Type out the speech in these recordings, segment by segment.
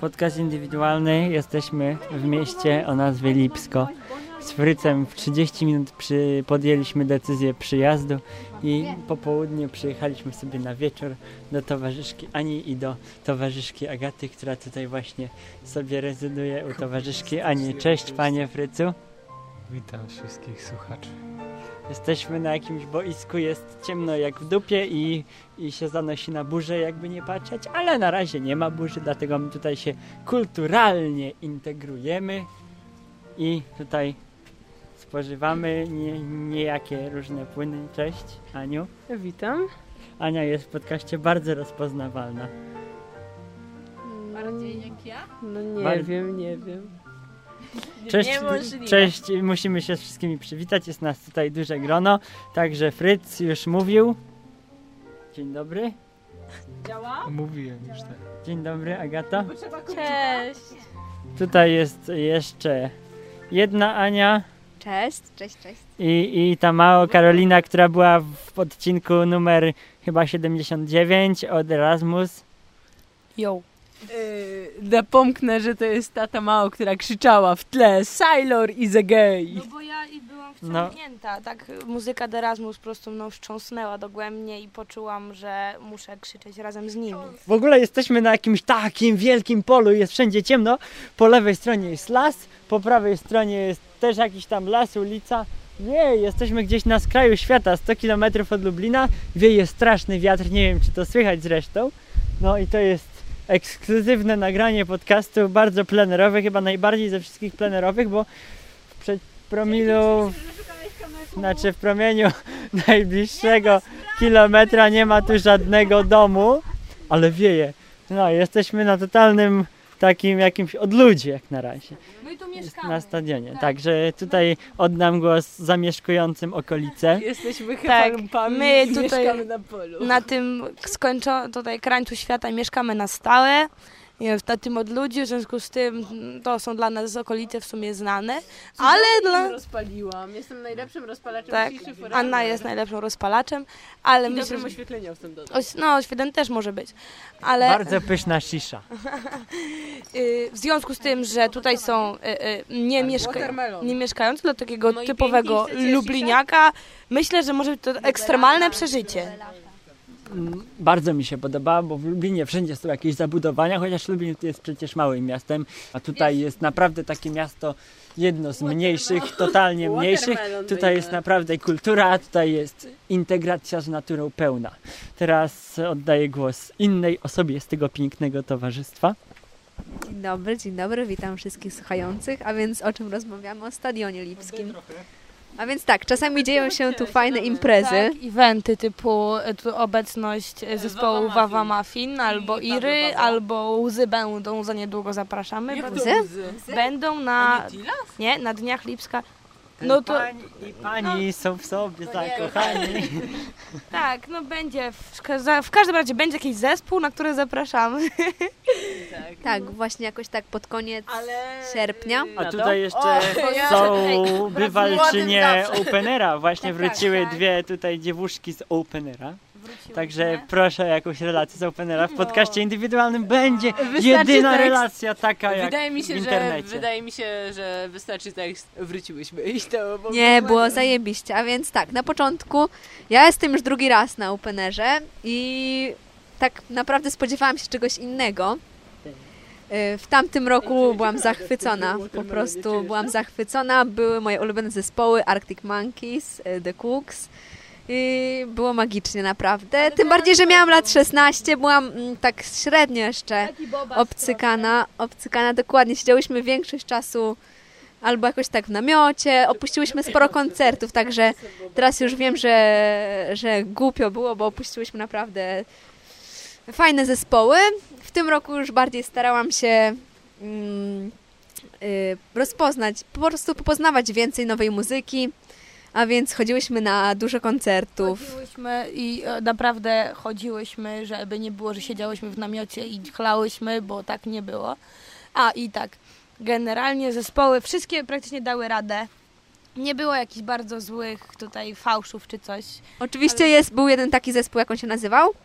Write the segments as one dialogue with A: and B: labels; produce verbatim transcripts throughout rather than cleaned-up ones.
A: podcast indywidualny. Jesteśmy w mieście o nazwie Lipsko. Z Frycem w trzydzieści minut przy, podjęliśmy decyzję przyjazdu i po południu przyjechaliśmy sobie na wieczór do towarzyszki Ani i do towarzyszki Agaty, która tutaj właśnie sobie rezyduje u towarzyszki Ani. Cześć, panie Frycu.
B: Witam wszystkich słuchaczy.
A: Jesteśmy na jakimś boisku, jest ciemno jak w dupie i, i się zanosi na burzę, jakby nie patrzeć, ale na razie nie ma burzy, dlatego my tutaj się kulturalnie integrujemy i tutaj spożywamy nie, niejakie różne płyny. Cześć, Aniu.
C: Witam.
A: Ania jest w podcaście bardzo rozpoznawalna.
D: Bardziej jak ja?
C: No nie
A: Bar-
C: wiem, nie wiem.
A: Cześć,
D: Niemożliwe.
A: cześć, musimy się z wszystkimi przywitać, jest nas tutaj duże grono, także Fryc już mówił. Dzień dobry.
D: Działa?
B: Mówiłem już tak.
A: Dzień dobry, Agata.
D: Cześć.
A: Tutaj jest jeszcze jedna Ania
E: Cześć, cześć, cześć.
A: i, i ta mała Karolina, która była w odcinku numer chyba siedemdziesiąt dziewięć od Erasmus.
C: Yo. Yy, napomknę, że to jest tata Mao, która krzyczała w tle Sailor is a gay.
D: No bo ja i byłam
A: No.
D: wciągnięta, tak muzyka de Erasmus po prostu mną wstrząsnęła dogłębnie i poczułam, że muszę krzyczeć razem z nimi.
A: W ogóle jesteśmy na jakimś takim wielkim polu, jest wszędzie ciemno. Po lewej stronie jest las, po prawej stronie jest też jakiś tam las, ulica. Nie, jesteśmy gdzieś na skraju świata, sto kilometrów od Lublina. Wieje straszny wiatr, nie wiem czy to słychać zresztą. No i to jest ekskluzywne nagranie podcastu, bardzo plenerowe, chyba najbardziej ze wszystkich plenerowych, bo w promilu, znaczy w promieniu najbliższego kilometra nie ma tu żadnego domu, ale wieje. No, jesteśmy na totalnym takim jakimś odludziu jak na razie.
D: My tu
A: Jest
D: mieszkamy.
A: na stadionie, także tutaj oddam głos zamieszkującym okolice.
C: Jesteśmy
D: Tak,
C: hyperpami
D: my
C: i
D: tutaj
C: mieszkamy na polu.
D: Na tym skończo tutaj krańcu świata mieszkamy na stałe. Nie, w tym odludziu, w związku z tym to są dla nas okolice w sumie znane, ale dla...
C: rozpaliłam. Jestem najlepszym rozpalaczem
D: Tak,
C: ciszy forever.
D: Anna jest najlepszym rozpalaczem, ale
C: I
D: myślę,
C: dobrym
D: że...
C: oświetleniowcem dodam.
D: Oś- No, oświetleń też może być, ale
A: Bardzo pyszna shisha.
D: y, w związku z tym, że tutaj są y, y, nie, mieszka-
C: watermelon.
D: nie mieszkający dla takiego
C: No i
D: typowego
C: pięknie, chcecie
D: lubliniaka, myślę, że może być to ekstremalne przeżycie.
A: Mm, Bardzo mi się podoba, bo w Lublinie wszędzie są jakieś zabudowania, chociaż Lublin jest przecież małym miastem, a tutaj jest naprawdę takie miasto, jedno z mniejszych, totalnie mniejszych. Tutaj jest naprawdę kultura, tutaj jest integracja z naturą pełna. Teraz oddaję głos innej osobie z tego pięknego towarzystwa.
E: Dzień dobry, dzień dobry, witam wszystkich słuchających. A więc o czym rozmawiamy? O Stadionie Lipskim. A więc tak, czasami dzieją się tu fajne imprezy.
D: Tak, eventy typu y, tu obecność y, zespołu Wawa Muffin, albo Iry, albo Łzy będą, za niedługo zapraszamy.
E: Łzy?
D: Będą na, nie, na Dniach Lipska. No to
A: Pani i pani są w sobie zakochani.
D: tak, no będzie, w, ka- w każdym razie będzie jakiś zespół, na który zapraszamy.
E: Tak, właśnie jakoś tak pod koniec sierpnia.
A: A tutaj jeszcze są bywalczynie Openera. Właśnie wróciły dwie tutaj dziewuszki z Openera. Także proszę o jakąś relację z Openera. W podcaście indywidualnym będzie jedyna
C: tekst.
A: relacja taka jak
C: Wydaje mi się,
A: w
C: że
A: internecie.
C: wydaje mi się, że wystarczy tekst wróciłyśmy i to bo
E: Nie, było zajebiście. A więc tak, na początku ja jestem już drugi raz na Openerze i tak naprawdę spodziewałam się czegoś innego. Y, W tamtym roku byłam zachwycona, po prostu byłam zachwycona. Były moje ulubione zespoły Arctic Monkeys, y, The Cooks. I było magicznie naprawdę. Tym bardziej, że miałam lat szesnaście, byłam mm, tak średnio jeszcze obcykana. Obcykana dokładnie. Siedziałyśmy większość czasu albo jakoś tak w namiocie. Opuściłyśmy sporo koncertów, także teraz już wiem, że, że głupio było, bo opuściłyśmy naprawdę fajne zespoły. W tym roku już bardziej starałam się mm, y, rozpoznać, po prostu poznawać więcej nowej muzyki. A więc chodziłyśmy na dużo koncertów.
D: Chodziłyśmy i e, naprawdę chodziłyśmy, żeby nie było, że siedziałyśmy w namiocie i chlałyśmy, bo tak nie było. A i tak, generalnie zespoły, wszystkie praktycznie dały radę. Nie było jakichś bardzo złych tutaj fałszów czy coś.
E: Oczywiście jest, był jeden taki zespół, jak on się nazywał?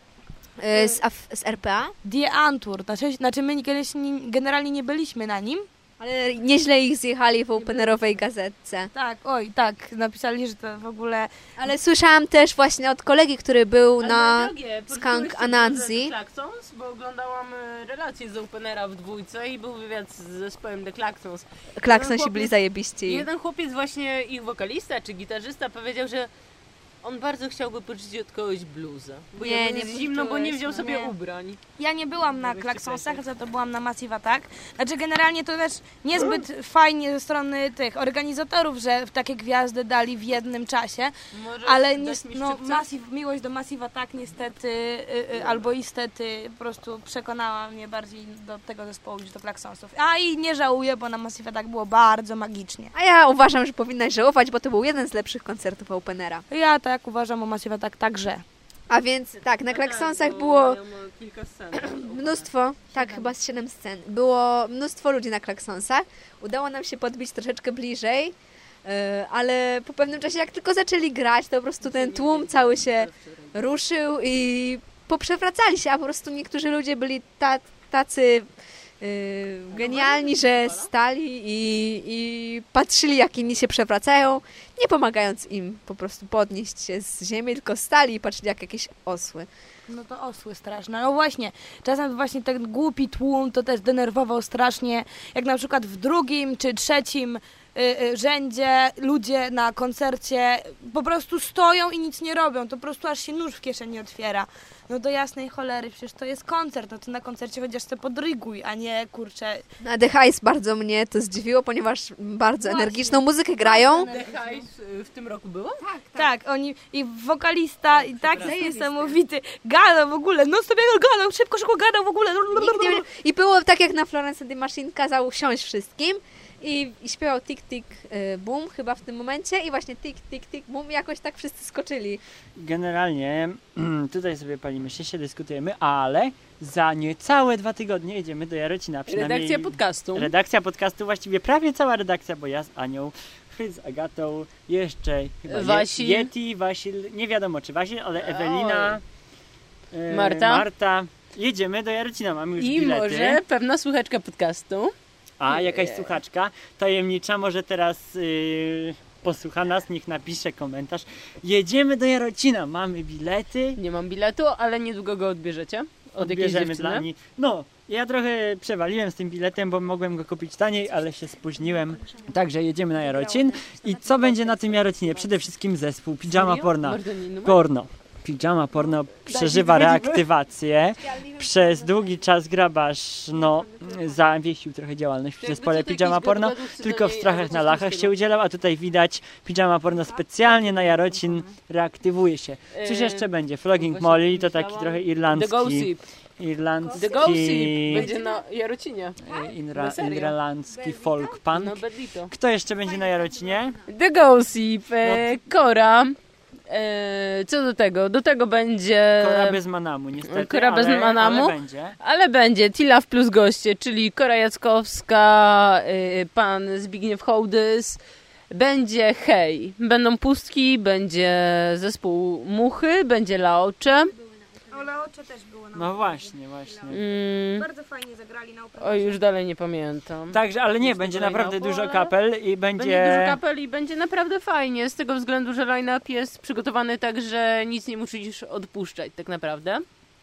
E: E, z, Af- z R P A?
D: Die Antwoord. Znaczy, znaczy my kiedyś nie- generalnie nie byliśmy na nim.
E: Ale nieźle ich zjechali w openerowej gazetce.
D: Tak, oj, tak, napisali, że to w ogóle...
E: Ale słyszałam też właśnie od kolegi, który był
C: Ale
E: na
C: moje drogie,
E: Skunk
C: porzuciłyście
E: Anansi.
C: The Klaxons, bo oglądałam e, relacje z Openera w dwójce i był wywiad z zespołem The Klaxons.
E: Klaksonsi byli zajebiści.
C: Jeden chłopiec, właśnie ich wokalista czy gitarzysta, powiedział, że on bardzo chciałby poczuć od kogoś bluza. Bo
E: Nie,
C: jemu
E: nie
C: jest zimno, bo nie wziął sobie
D: nie.
C: ubrań.
D: Ja nie byłam na Klaksonsach, za to byłam na Massive Attack. Znaczy generalnie to też niezbyt fajnie ze strony tych organizatorów, że takie gwiazdy dali w jednym czasie,
C: Może
D: ale
C: dać
D: nie,
C: mi
D: no,
C: szczypce?
D: Massive, miłość do Massive Attack niestety, y, y, albo istety po prostu przekonała mnie bardziej do tego zespołu niż do Klaksonsów. A i nie żałuję, bo na Massive Attack było bardzo magicznie.
E: A ja uważam, że powinnaś żałować, bo to był jeden z lepszych koncertów Openera.
D: Ja tak uważam o Massive Attack także.
E: A więc tak, na Klaksonsach
C: bo
E: było
C: mają kilka scen.
E: mnóstwo, tak chyba z siedem scen. Było mnóstwo ludzi na Klaksonsach. Udało nam się podbić troszeczkę bliżej, yy, ale po pewnym czasie jak tylko zaczęli grać, to po prostu ten tłum cały się ruszył i poprzewracali się, a po prostu niektórzy ludzie byli ta, tacy yy, genialni, że stali i, i patrzyli, jak inni się przewracają, nie pomagając im po prostu podnieść się z ziemi, tylko stali i patrzyli jak jakieś osły.
D: No to osły straszne. No właśnie, czasem właśnie ten głupi tłum to też denerwował strasznie, jak na przykład w drugim czy trzecim y, y, rzędzie ludzie na koncercie po prostu stoją i nic nie robią, to po prostu aż się nóż w kieszeni otwiera. No do jasnej cholery, przecież to jest koncert, no to na koncercie chociaż se podryguj, a nie kurczę...
E: Na The Highs bardzo mnie to zdziwiło, ponieważ bardzo
D: Właśnie.
E: energiczną muzykę grają.
C: The Highs y, w tym roku było?
D: Tak, oni i wokalista i tak jest niesamowity. Gadał w ogóle, no sobie gadał, szybko, szybko gadał w ogóle.
E: Nikt nie, I było tak jak na Florence and the Machine, kazał siąść wszystkim i, i śpiewał tik tik y, boom chyba w tym momencie i właśnie tik tik tik boom i jakoś tak wszyscy skoczyli.
A: Generalnie tutaj sobie palimy się, się dyskutujemy, ale za niecałe dwa tygodnie jedziemy do Jarocina. Przynajmniej
C: Redakcja podcastu.
A: redakcja podcastu, właściwie prawie cała redakcja, bo ja z Anią, Fryz z Agatą, jeszcze chyba
C: Wasil.
A: Je- Yeti, Wasil, nie wiadomo czy Wasil, ale Ewelina, e,
C: Marta.
A: Marta. Jedziemy do Jarocina, mamy już
C: I
A: bilety.
C: może pewna słuchaczka podcastu.
A: A jakaś słuchaczka tajemnicza może teraz yy, posłucha nas, niech napisze komentarz. Jedziemy do Jarocina, mamy bilety.
C: Nie mam biletu, ale niedługo go odbierzecie. Od jakiejś
A: Odbierzemy
C: dziewczyny.
A: dla niej. No, ja trochę przewaliłem z tym biletem, bo mogłem go kupić taniej, ale się spóźniłem. Także jedziemy na Jarocin. I co będzie na tym Jarocinie? Przede wszystkim zespół Pijama
C: Serio?
A: Porno.
C: Masz do niej numer?
A: Porno. Pijama Porno przeżywa reaktywację. Przez długi czas grabarz no, zawiesił trochę działalność w
C: To jakby
A: zespole
C: co, to
A: Pijama
C: jakiś
A: Porno,
C: gadu-gadu chce
A: tylko
C: do
A: w
C: niej
A: strachach
C: albo
A: na
C: coś
A: lachach się
C: takiego.
A: udzielał, a tutaj widać Pijama Porno specjalnie na Jarocin reaktywuje się. Cóż
C: Eee,
A: jeszcze będzie? Flogging
C: właśnie
A: Molly to taki
C: myślałam-
A: trochę
C: The
A: irlandzki.
C: Gossip.
A: Irlandzki.
C: The Gossip będzie na Jarocinie.
A: e, Inra,
C: Na serio?
A: irlandzki folk punk.
C: No Bedlito.
A: Kto jeszcze będzie na Jarocinie?
C: The Gossip, e,
A: No
C: Kora. E, co do tego? Do tego będzie...
A: Kora bez Manamu niestety,
C: Kora bez
A: ale,
C: Manamu.
A: ale będzie.
C: Ale będzie Tilaf plus goście, czyli Kora Jackowska, y, pan Zbigniew Hołdys, będzie Hej, będą pustki, będzie zespół Muchy, będzie Laocze.
D: Ale oczy też było na
A: No właśnie, właśnie.
C: Mm,
D: Bardzo fajnie zagrali na Open.
C: o, już dalej nie pamiętam.
A: Także, ale nie,
C: Jest
A: będzie
C: tutaj
A: naprawdę
C: na
A: dużo
C: pole.
A: kapel i
C: Będzie
A: będzie...
C: dużo kapel i będzie naprawdę fajnie, z tego względu, że line-up jest przygotowany tak, że nic nie musisz odpuszczać tak naprawdę,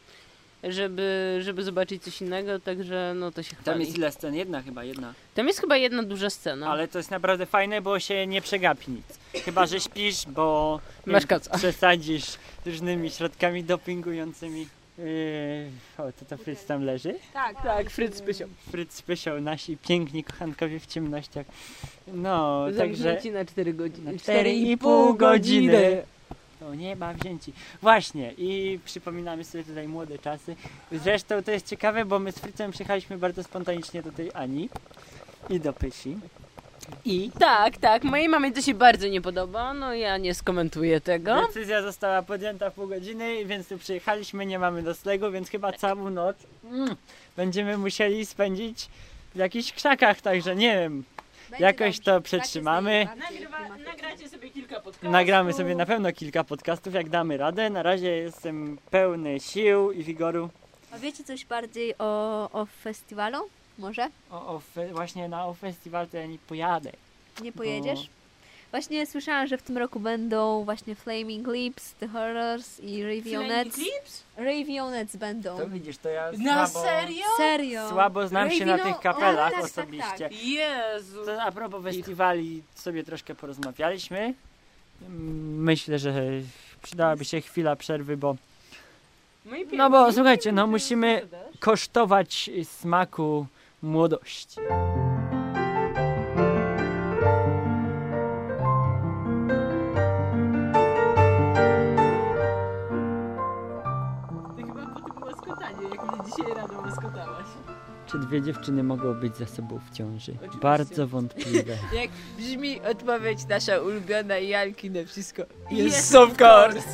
C: żeby, żeby zobaczyć coś innego, także no to się
A: Tam
C: chwali.
A: jest ile scen? Jedna chyba, jedna.
C: Tam jest chyba jedna duża scena.
A: Ale to jest naprawdę fajne, bo się nie przegapi nic. Chyba, że śpisz, bo nie
C: Masz
A: wiem,
C: kaca.
A: przesadzisz różnymi środkami dopingującymi. Yy, o, to to Fryz tam leży.
D: Tak,
C: Tak, Fryc Pysią.
A: Fryz Pysioł, nasi piękni kochankowie w ciemnościach. No, także...
C: Zamknięci na cztery godziny.
A: Na cztery i pół godziny. Do nieba wzięci. Właśnie, i przypominamy sobie tutaj młode czasy. Zresztą to jest ciekawe, bo my z Frycem przyjechaliśmy bardzo spontanicznie do tej Ani i do Pysi. I
C: Tak, tak. Mojej mamie to się bardzo nie podoba, no ja nie skomentuję tego.
A: decyzja została podjęta w pół godziny, więc tu przyjechaliśmy, nie mamy noclegu, więc chyba całą noc mm, będziemy musieli spędzić w jakichś krzakach, także nie wiem.
E: Będzie
A: jakoś
E: dobrze.
A: to przetrzymamy.
E: Dacie sobie
C: Nagrywa,
E: babcie,
C: nagracie sobie kilka podcastów.
A: Nagramy sobie na pewno kilka podcastów, jak damy radę. Na razie jestem pełny sił i wigoru.
E: A wiecie coś bardziej o, o festiwalu? Może?
A: O, o fe, właśnie na o festiwal to ja nie pojadę.
E: Nie pojedziesz? Właśnie słyszałam, że w tym roku będą właśnie Flaming Lips, The Horrors i Ravionettes.
C: Clips?
E: Ravionettes będą.
A: To widzisz, to ja
C: Na
A: słabo,
C: serio?
E: Serio?
A: słabo znam się na
E: Ravino-
A: tych kapelach
E: o, tak,
A: osobiście.
E: tak, tak.
C: Jezu.
A: To a propos festiwali sobie troszkę porozmawialiśmy. Mm, Myślę, że przydałaby się chwila przerwy, bo
C: Moi
A: No bo
C: piękni,
A: słuchajcie, no
C: ty
A: musimy-
C: zadasz?
A: kosztować smaku młodości.
C: To chyba po tym łaskotaniu, jak mnie dzisiaj rano łaskotałaś.
A: Czy dwie dziewczyny mogą być ze sobą w ciąży?
C: Oczywiście.
A: Bardzo wątpliwe.
C: Jak brzmi odpowiedź nasza ulubiona Janki na wszystko.
A: Yes, of course.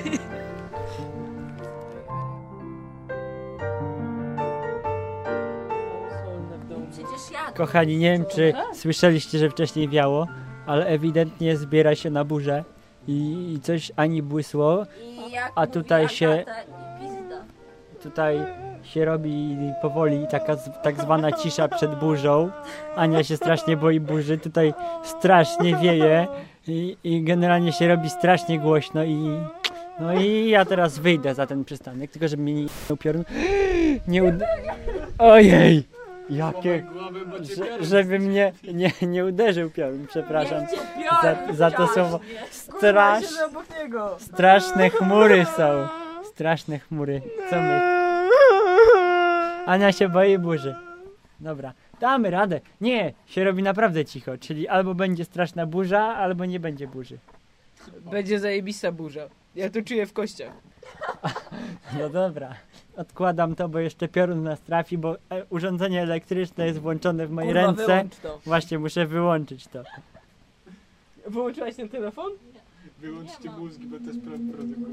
E: Przecież ja.
A: Kochani, nie wiem czy słyszeliście, że wcześniej wiało, ale ewidentnie zbiera się na burzę i, i coś ani błysło.
E: I jak
A: A tutaj
E: mówi
A: się-
E: Agata, wizyta.
A: Tutaj się robi powoli taka z, tak zwana cisza przed burzą. Ania się strasznie boi burzy, tutaj strasznie wieje i, i generalnie się robi strasznie głośno i no i ja teraz wyjdę za ten przystanek, tylko żeby mnie nie upiorł. Nie uda... Ojej! Jakie... Że, żeby mnie nie, nie uderzył piorun, przepraszam za, za to słowo. Strasz, straszne chmury są. Straszne chmury. Co my? Ania się boi burzy. Dobra, damy radę. Nie, się robi naprawdę cicho, czyli albo będzie straszna burza, albo nie będzie burzy.
C: Będzie zajebista burza. Ja to czuję w kościach.
A: No dobra, odkładam to, bo jeszcze piorun nas trafi, bo e, urządzenie elektryczne jest włączone w mojej ręce.
C: wyłącz to.
A: Właśnie, muszę wyłączyć to.
C: Wyłączyłaś ten telefon?
B: Wyłączcie mózgi, bo też produkują.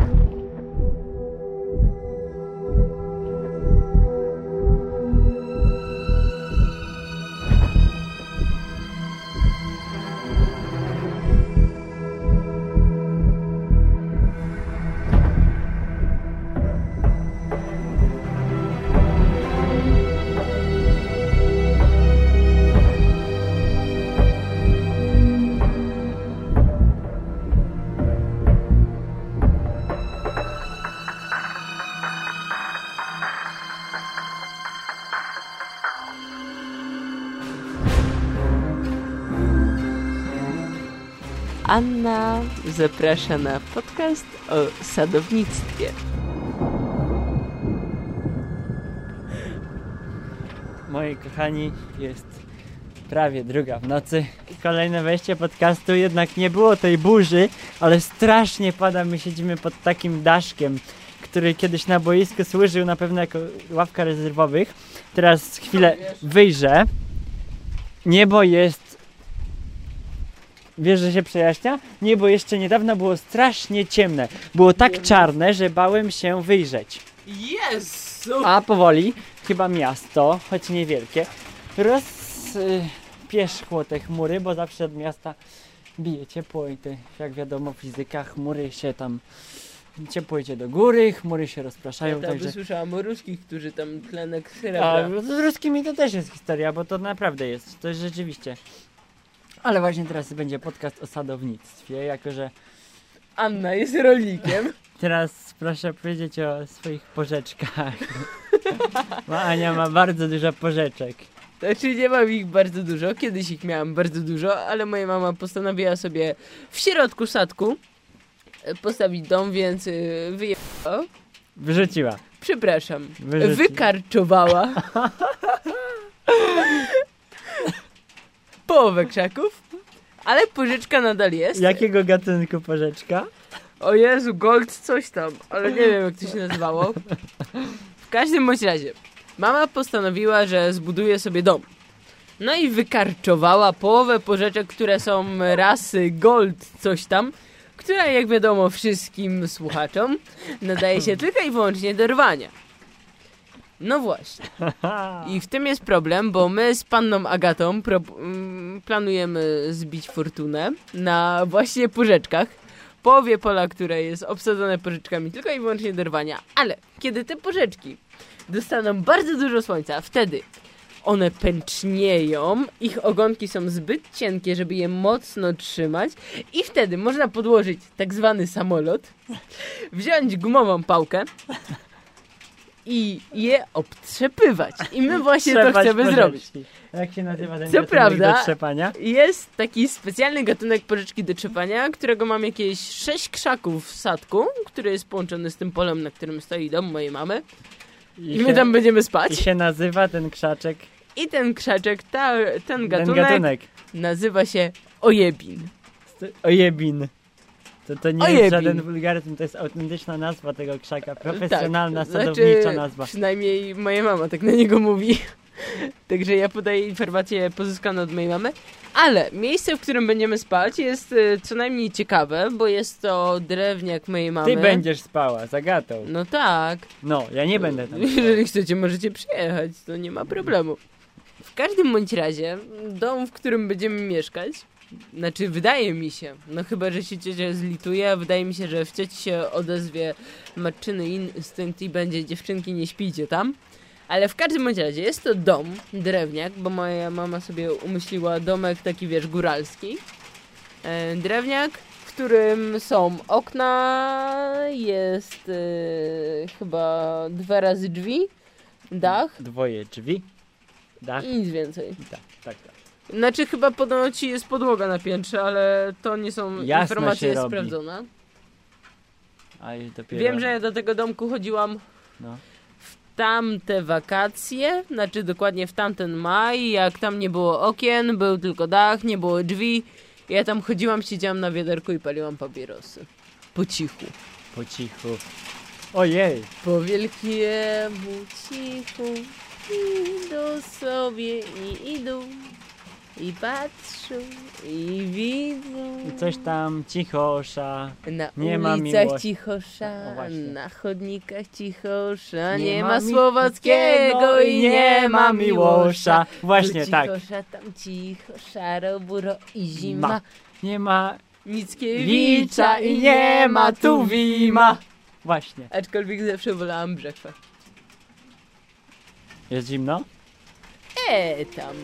C: Anna zaprasza na podcast o sadownictwie.
A: Moi kochani, jest prawie druga w nocy. Kolejne wejście podcastu, jednak nie było tej burzy, ale strasznie pada. My siedzimy pod takim daszkiem, który kiedyś na boisku służył na pewno jako ławka rezerwowych. Teraz chwilę wyjrzę. Niebo jest... Wiesz, że się przejaśnia? Niebo jeszcze niedawno było strasznie ciemne. Było tak czarne, że bałem się wyjrzeć.
C: Jezu!
A: A powoli, chyba miasto, choć niewielkie, rozpierzchło te chmury, bo zawsze od miasta bije ciepło i te, jak wiadomo, fizyka, chmury się tam, ciepło idzie do góry, chmury się rozpraszają,
C: Ja tam
A: także...
C: słyszałam o ruskich, którzy tam tlenek
A: A
C: srebra.
A: z ruskimi to też jest historia, bo to naprawdę jest, to jest rzeczywiście. Ale właśnie teraz będzie podcast o sadownictwie, jako że
C: Anna jest rolnikiem.
A: teraz proszę powiedzieć o swoich porzeczkach. Bo Ania ma bardzo dużo porzeczek.
C: Znaczy nie mam ich bardzo dużo, kiedyś ich miałam bardzo dużo, ale moja mama postanowiła sobie w środku sadku e, postawić dom, więc y, wyjechała.
A: Wyrzuciła.
C: Przepraszam,
A: Wyrzuciła.
C: wykarczowała połowę krzaków, ale porzeczka nadal jest.
A: Jakiego gatunku porzeczka?
C: O Jezu, gold coś tam, ale nie wiem jak to się nazywało. W każdym bądź razie, mama postanowiła, że zbuduje sobie dom. No i wykarczowała połowę porzeczek, które są rasy gold coś tam, która jak wiadomo wszystkim słuchaczom nadaje się tylko i wyłącznie do rwania. No właśnie. I w tym jest problem, bo my z panną Agatą pro, mm, planujemy zbić fortunę na właśnie porzeczkach. Połowie pola, które jest obsadzone porzeczkami tylko i wyłącznie do rwania. Ale kiedy te porzeczki dostaną bardzo dużo słońca, wtedy one pęcznieją, ich ogonki są zbyt cienkie, żeby je mocno trzymać i wtedy można podłożyć tak zwany samolot, wziąć gumową pałkę i je obtrzepywać. I my właśnie to
A: Trzepać
C: chcemy
A: porzeczki.
C: zrobić.
A: Jak się nazywa ten
C: Co
A: gatunek
C: prawda,
A: do trzepania?
C: jest taki specjalny gatunek porzeczki do trzepania, którego mam jakieś sześć krzaków w sadku, który jest połączony z tym polem, na którym stoi dom mojej mamy. I,
A: się,
C: my tam będziemy spać.
A: I się nazywa ten krzaczek,
C: I ten krzaczek, ta, ten
A: ten
C: gatunek,
A: gatunek.
C: nazywa się ojebin.
A: Ojebin. To, to nie
C: Ojebin.
A: jest żaden wulgaryzm, to jest autentyczna nazwa tego krzaka. Profesjonalna,
C: tak,
A: sadownicza
C: znaczy,
A: nazwa.
C: Przynajmniej moja mama tak na niego mówi. Także ja podaję informacje pozyskane od mojej mamy. Ale miejsce, w którym będziemy spać jest y, co najmniej ciekawe, bo jest to drewniak mojej mamy.
A: Ty będziesz spała z Agatą.
C: No tak.
A: No, ja nie będę tam spał.
C: Jeżeli chcecie, możecie przyjechać, to nie ma problemu. W każdym bądź razie, dom, w którym będziemy mieszkać, znaczy wydaje mi się, no chyba, że się ciocia zlituje, a wydaje mi się, że w cioci się odezwie matczyny instynkt i będzie dziewczynki, nie śpijcie tam. Ale w każdym bądź razie jest to dom, drewniak, bo moja mama sobie umyśliła domek taki, wiesz, góralski. E, drewniak, w którym są okna, jest e, chyba dwa razy drzwi, dach
A: Dwoje drzwi, dach.
C: i nic więcej.
A: Tak, tak, tak.
C: Znaczy chyba ponoć jest podłoga na piętrze, ale to nie są
A: Jasno
C: informacje
A: się robi.
C: sprawdzone.
A: A już dopiero...
C: Wiem, że ja do tego domku chodziłam
A: No.
C: tamte wakacje, znaczy dokładnie w tamten maj, jak tam nie było okien, był tylko dach, nie było drzwi. Ja tam chodziłam, siedziałam na wiaderku i paliłam papierosy. Po cichu.
A: Po cichu. Ojej.
C: Po wielkiemu cichu idą sobie i idą i patrzą i widzą.
A: I coś tam cichosza.
C: Na
A: Nie ma
C: ulicach
A: miłości.
C: cichosza,
A: O, właśnie.
C: na chodnikach cichosza, nie,
A: Nie
C: ma
A: ma
C: Słowackiego i nie ma Miłosza.
A: Właśnie
C: Tu
A: tak.
C: cichosza, tam cicho, szaro, buro i zima.
A: Ma. Nie ma
C: Mickiewicza i nie ma tu Wima.
A: Właśnie.
C: Aczkolwiek zawsze wolałam Brzechwę.
A: Jest zimno?
C: E tam.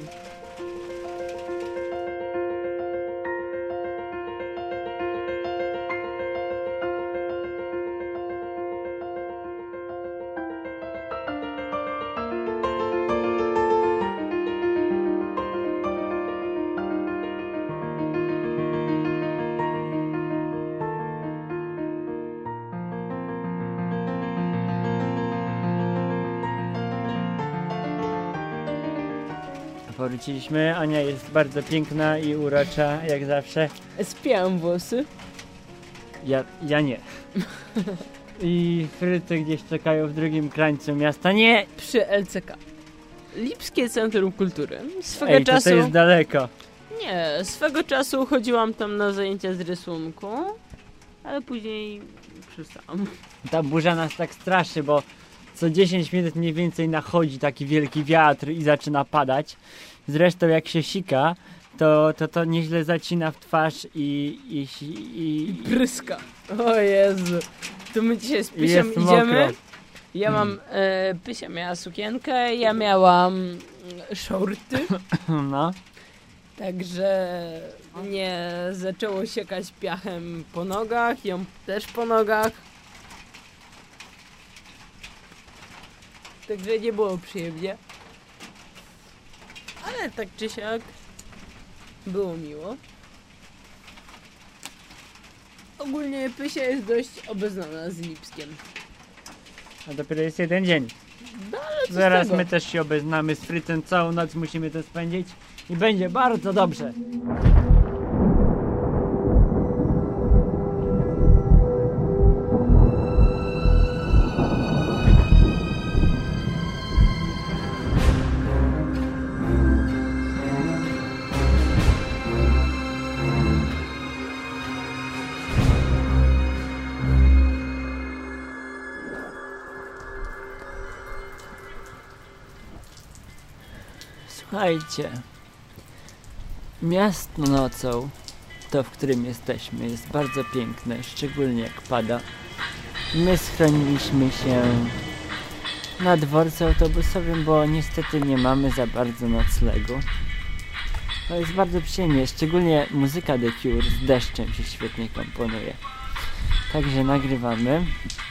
A: Powróciliśmy. Ania jest bardzo piękna i urocza, jak zawsze.
C: Spiałam włosy.
A: Ja, ja nie. I fryty gdzieś czekają w drugim krańcu miasta. Nie!
C: Przy L C K. Lipskie Centrum Kultury. Swego
A: Ej, to,
C: czasu...
A: to jest daleko.
C: Nie, swego czasu chodziłam tam na zajęcia z rysunku, ale później przestałam.
A: Ta burza nas tak straszy, bo co dziesięć minut mniej więcej nachodzi taki wielki wiatr i zaczyna padać. Zresztą jak się sika, to to, to nieźle zacina w twarz i... i, i,
C: I pryska. O Jezu. To my dzisiaj z
A: i
C: Pysiem
A: jest
C: idziemy.
A: mokro.
C: Ja mam... E, Pysia miała sukienkę, ja miałam mm, shorty.
A: No.
C: Także nie zaczęło siekać piachem po nogach, ją też po nogach. Także nie było przyjemnie. Ale tak czy siak było miło. Ogólnie Pysia jest dość obeznana z Lipskiem.
A: A dopiero jest jeden dzień.
C: No ale co z
A: Zaraz
C: tego?
A: my też się obeznamy z frytem, całą noc musimy to spędzić i będzie bardzo dobrze. Słuchajcie, miasto nocą, to w którym jesteśmy, jest bardzo piękne, szczególnie jak pada. My schroniliśmy się na dworcu autobusowym, bo niestety nie mamy za bardzo noclegu. To jest bardzo przyjemnie, szczególnie muzyka The Cure z deszczem się świetnie komponuje. Także nagrywamy.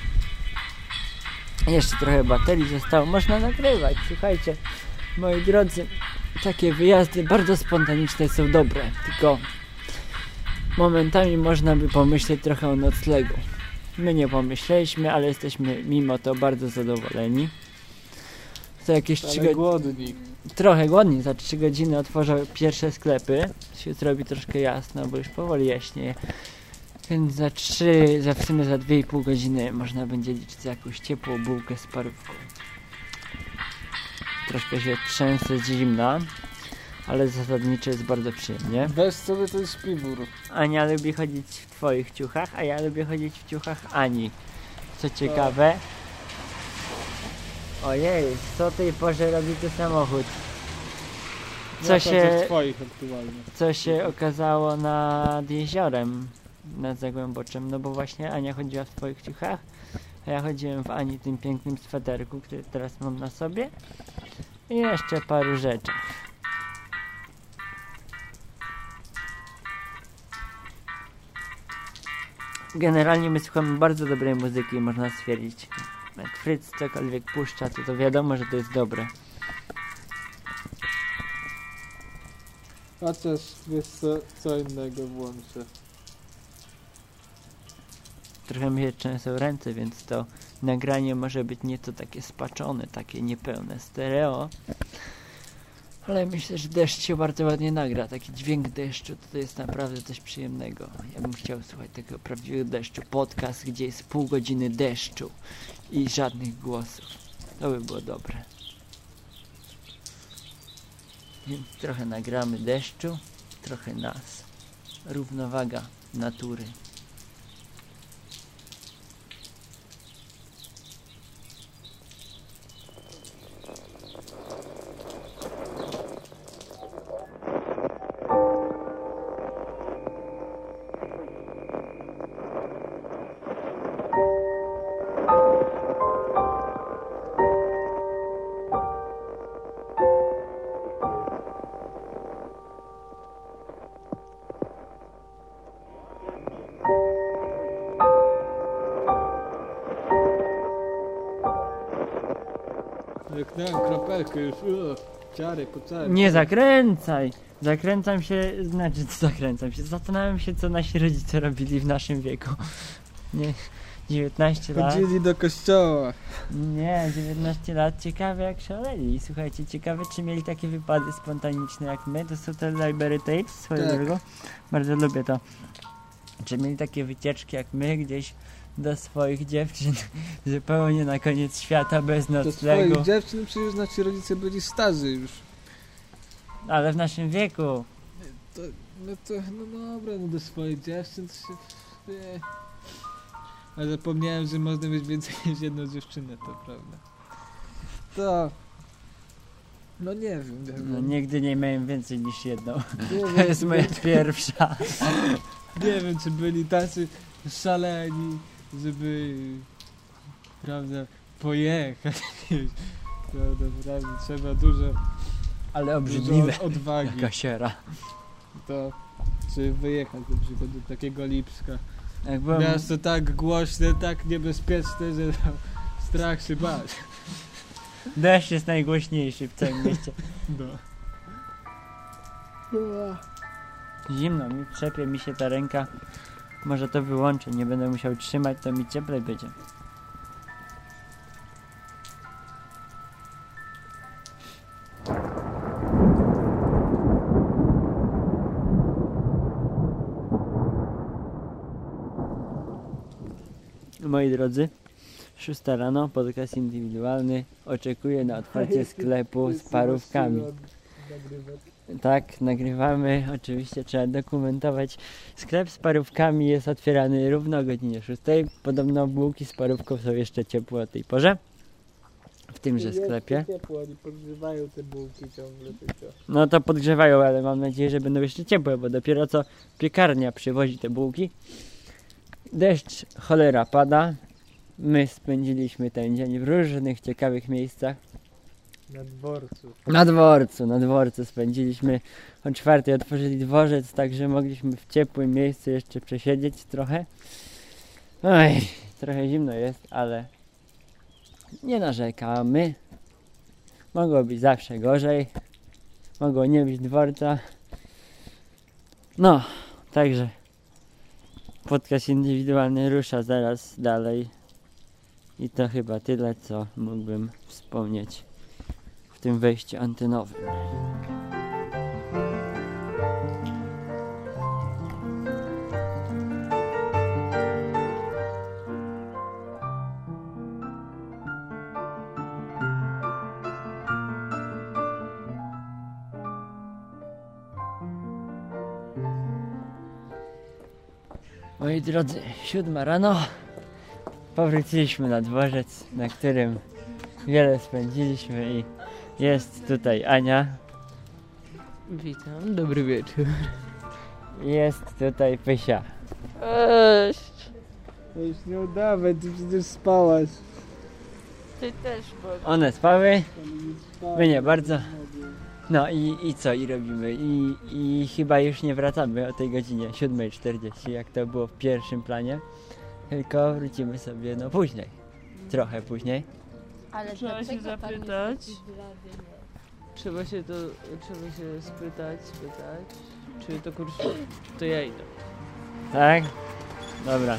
A: Jeszcze trochę baterii zostało, można nagrywać. Słuchajcie, moi drodzy, takie wyjazdy bardzo spontaniczne są dobre, tylko momentami można by pomyśleć trochę o noclegu. My nie pomyśleliśmy, ale jesteśmy mimo to bardzo zadowoleni. Za jakieś trzy godziny.
B: głodni.
A: Trochę głodni, za trzy godziny otworzą pierwsze sklepy. Się zrobi troszkę jasno, bo już powoli jaśnieje. Więc za trzy, za w sumie za dwie i pół godziny można będzie liczyć jakąś ciepłą bułkę z parówką. Troszkę się trzęsę z zimna, ale zasadniczo jest bardzo przyjemnie.
B: Weź sobie ten śpiwór.
A: Ania lubi chodzić w twoich ciuchach, a ja lubię chodzić w ciuchach Ani. Co ciekawe... Ojej, co o tej porze robi tu samochód? Co
B: Ja
A: się,
B: chodzę w twoich aktualnie.
A: co się okazało nad jeziorem, nad Zagłęboczem, no bo właśnie Ania chodziła w twoich ciuchach, a ja chodziłem w Ani tym pięknym sweterku, który teraz mam na sobie i jeszcze paru rzeczach. Generalnie my słuchamy bardzo dobrej muzyki, można stwierdzić. Jak Fritz cokolwiek puszcza, to to wiadomo, że to jest dobre.
B: Chociaż wiesz co, co innego włączę.
A: Trochę mi się trzęsą ręce, więc to nagranie może być nieco takie spaczone, takie niepełne stereo. Ale myślę, że deszcz się bardzo ładnie nagra. Taki dźwięk deszczu to, to jest naprawdę coś przyjemnego. Ja bym chciał słuchać takiego prawdziwego deszczu. Podcast, gdzie jest pół godziny deszczu i żadnych głosów. To by było dobre. Więc trochę nagramy deszczu, trochę nas. Równowaga natury.
B: Wyknąłem kropelkę już, uch, ciary po całym.
A: Nie zakręcaj! Zakręcam się, znaczy co zakręcam się? Zastanawiam się, co nasi rodzice robili w naszym wieku. Nie, dziewiętnaście lat.
B: Chodzili do kościoła.
A: Nie, dziewiętnaście lat. Ciekawe jak szaleli. Słuchajcie, ciekawe czy mieli takie wypady spontaniczne jak my. To są te Library Tapes swoją
B: Tak.
A: drogą. Bardzo lubię to. Czy mieli takie wycieczki jak my gdzieś do swoich dziewczyn zupełnie na koniec świata bez
B: Do
A: noclegu.
B: swoich dziewczyn przecież nasi rodzice byli starzy już.
A: Ale w naszym wieku.
B: To, no to, no dobra, no do swoich dziewczyn to się... Nie. Ale zapomniałem, że można mieć więcej niż jedną dziewczynę, to prawda. To... No nie wiem, nie wiem.
A: No, nigdy nie miałem więcej niż jedną.
B: Nie
A: To
B: wiem,
A: jest
B: czy
A: moja
B: byli-
A: pierwsza.
B: Nie wiem, czy byli tacy szaleni, żeby, prawda, pojechać. Prawda, prawda, trzeba dużo,
A: Ale obrzydliwe.
B: dużo odwagi.
A: Jaka siera.
B: To, czy wyjechać na przykład do takiego Lipska.
A: Jak byłem,
B: Miasto tak głośne, tak niebezpieczne, że no, strach się bać.
A: deszcz jest najgłośniejszy w całym mieście.
B: No.
A: Zimno mi, trzepie mi się ta ręka. Może to wyłączę, nie będę musiał trzymać, to mi cieplej będzie. Moi drodzy, szósta rano, podcast indywidualny. Oczekuję na otwarcie sklepu z parówkami. Tak, nagrywamy, oczywiście trzeba dokumentować. Sklep z parówkami jest otwierany równo o godzinie szóstej. Podobno bułki z parówką są jeszcze ciepłe o tej porze. w tymże sklepie.
B: Ciepło, oni podgrzewają te bułki ciągle tylko.
A: No to podgrzewają, ale mam nadzieję, że będą jeszcze ciepłe, bo dopiero co piekarnia przywozi te bułki. Deszcz cholera pada. My spędziliśmy ten dzień w różnych ciekawych miejscach.
B: Na dworcu.
A: Na dworcu, na dworcu spędziliśmy. O czwartej otworzyli dworzec, także mogliśmy w ciepłym miejscu jeszcze przesiedzieć trochę. Oj, trochę zimno jest, ale nie narzekamy. Mogło być zawsze gorzej. Mogło nie być dworca. No, także podcast indywidualny rusza zaraz dalej. I to chyba tyle, co mógłbym wspomnieć w tym wejściu antenowym. Moi drodzy, siódma rano. Powróciliśmy na dworzec, na którym wiele spędziliśmy i jest tutaj Ania.
C: Witam, dobry wieczór.
A: Jest tutaj Pysia.
C: Cześć.
B: To już nie udawaj, ty przecież spałaś.
C: Ty też, bo...
A: One spały, my nie bardzo. No i, i co i robimy? I, I chyba już nie wracamy o tej godzinie siódma czterdzieści, jak to było w pierwszym planie. Tylko wrócimy sobie no później. Trochę później.
D: Ale
C: Trzeba się zapytać. Trzeba się to, trzeba się spytać, spytać, czy to kurs, to ja idę.
A: Tak? Dobra.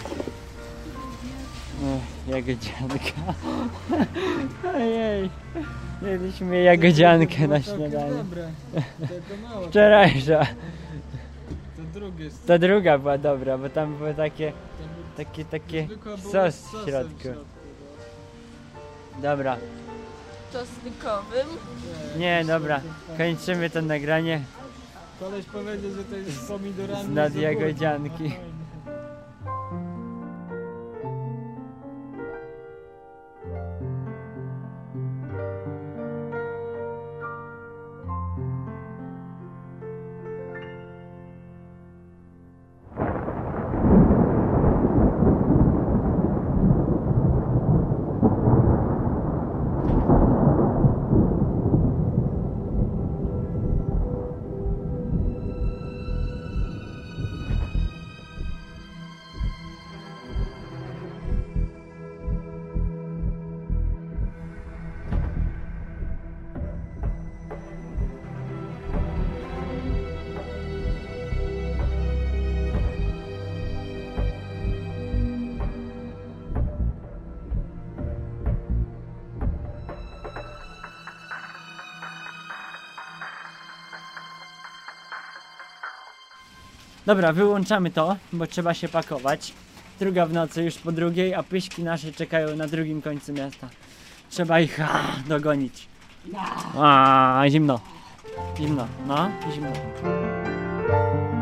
A: Ech, jagodzianka. Ojej. Jedliśmy jagodziankę na śniadanie.
B: Dobre. To, to mało.
A: Wczorajsza.
B: To drugie jest.
A: Ta druga była dobra, bo tam były takie,
B: to był-
A: takie, takie
B: zwykła buła
A: sos
B: z
A: w
B: sosem
A: środku.
B: no.
A: Dobra.
C: Czosnkowym.
A: Nie, dobra. Kończymy to nagranie.
B: Koleś powiedział, że to jest z pomidorami.
A: Z
B: i
A: nadjagodzianki.
B: ogórkiem. No, fajnie.
A: Dobra, wyłączamy to, bo trzeba się pakować. Druga w nocy, już po drugiej, a pyśki nasze czekają na drugim końcu miasta. Trzeba ich a, dogonić. A, zimno. Zimno, no, zimno.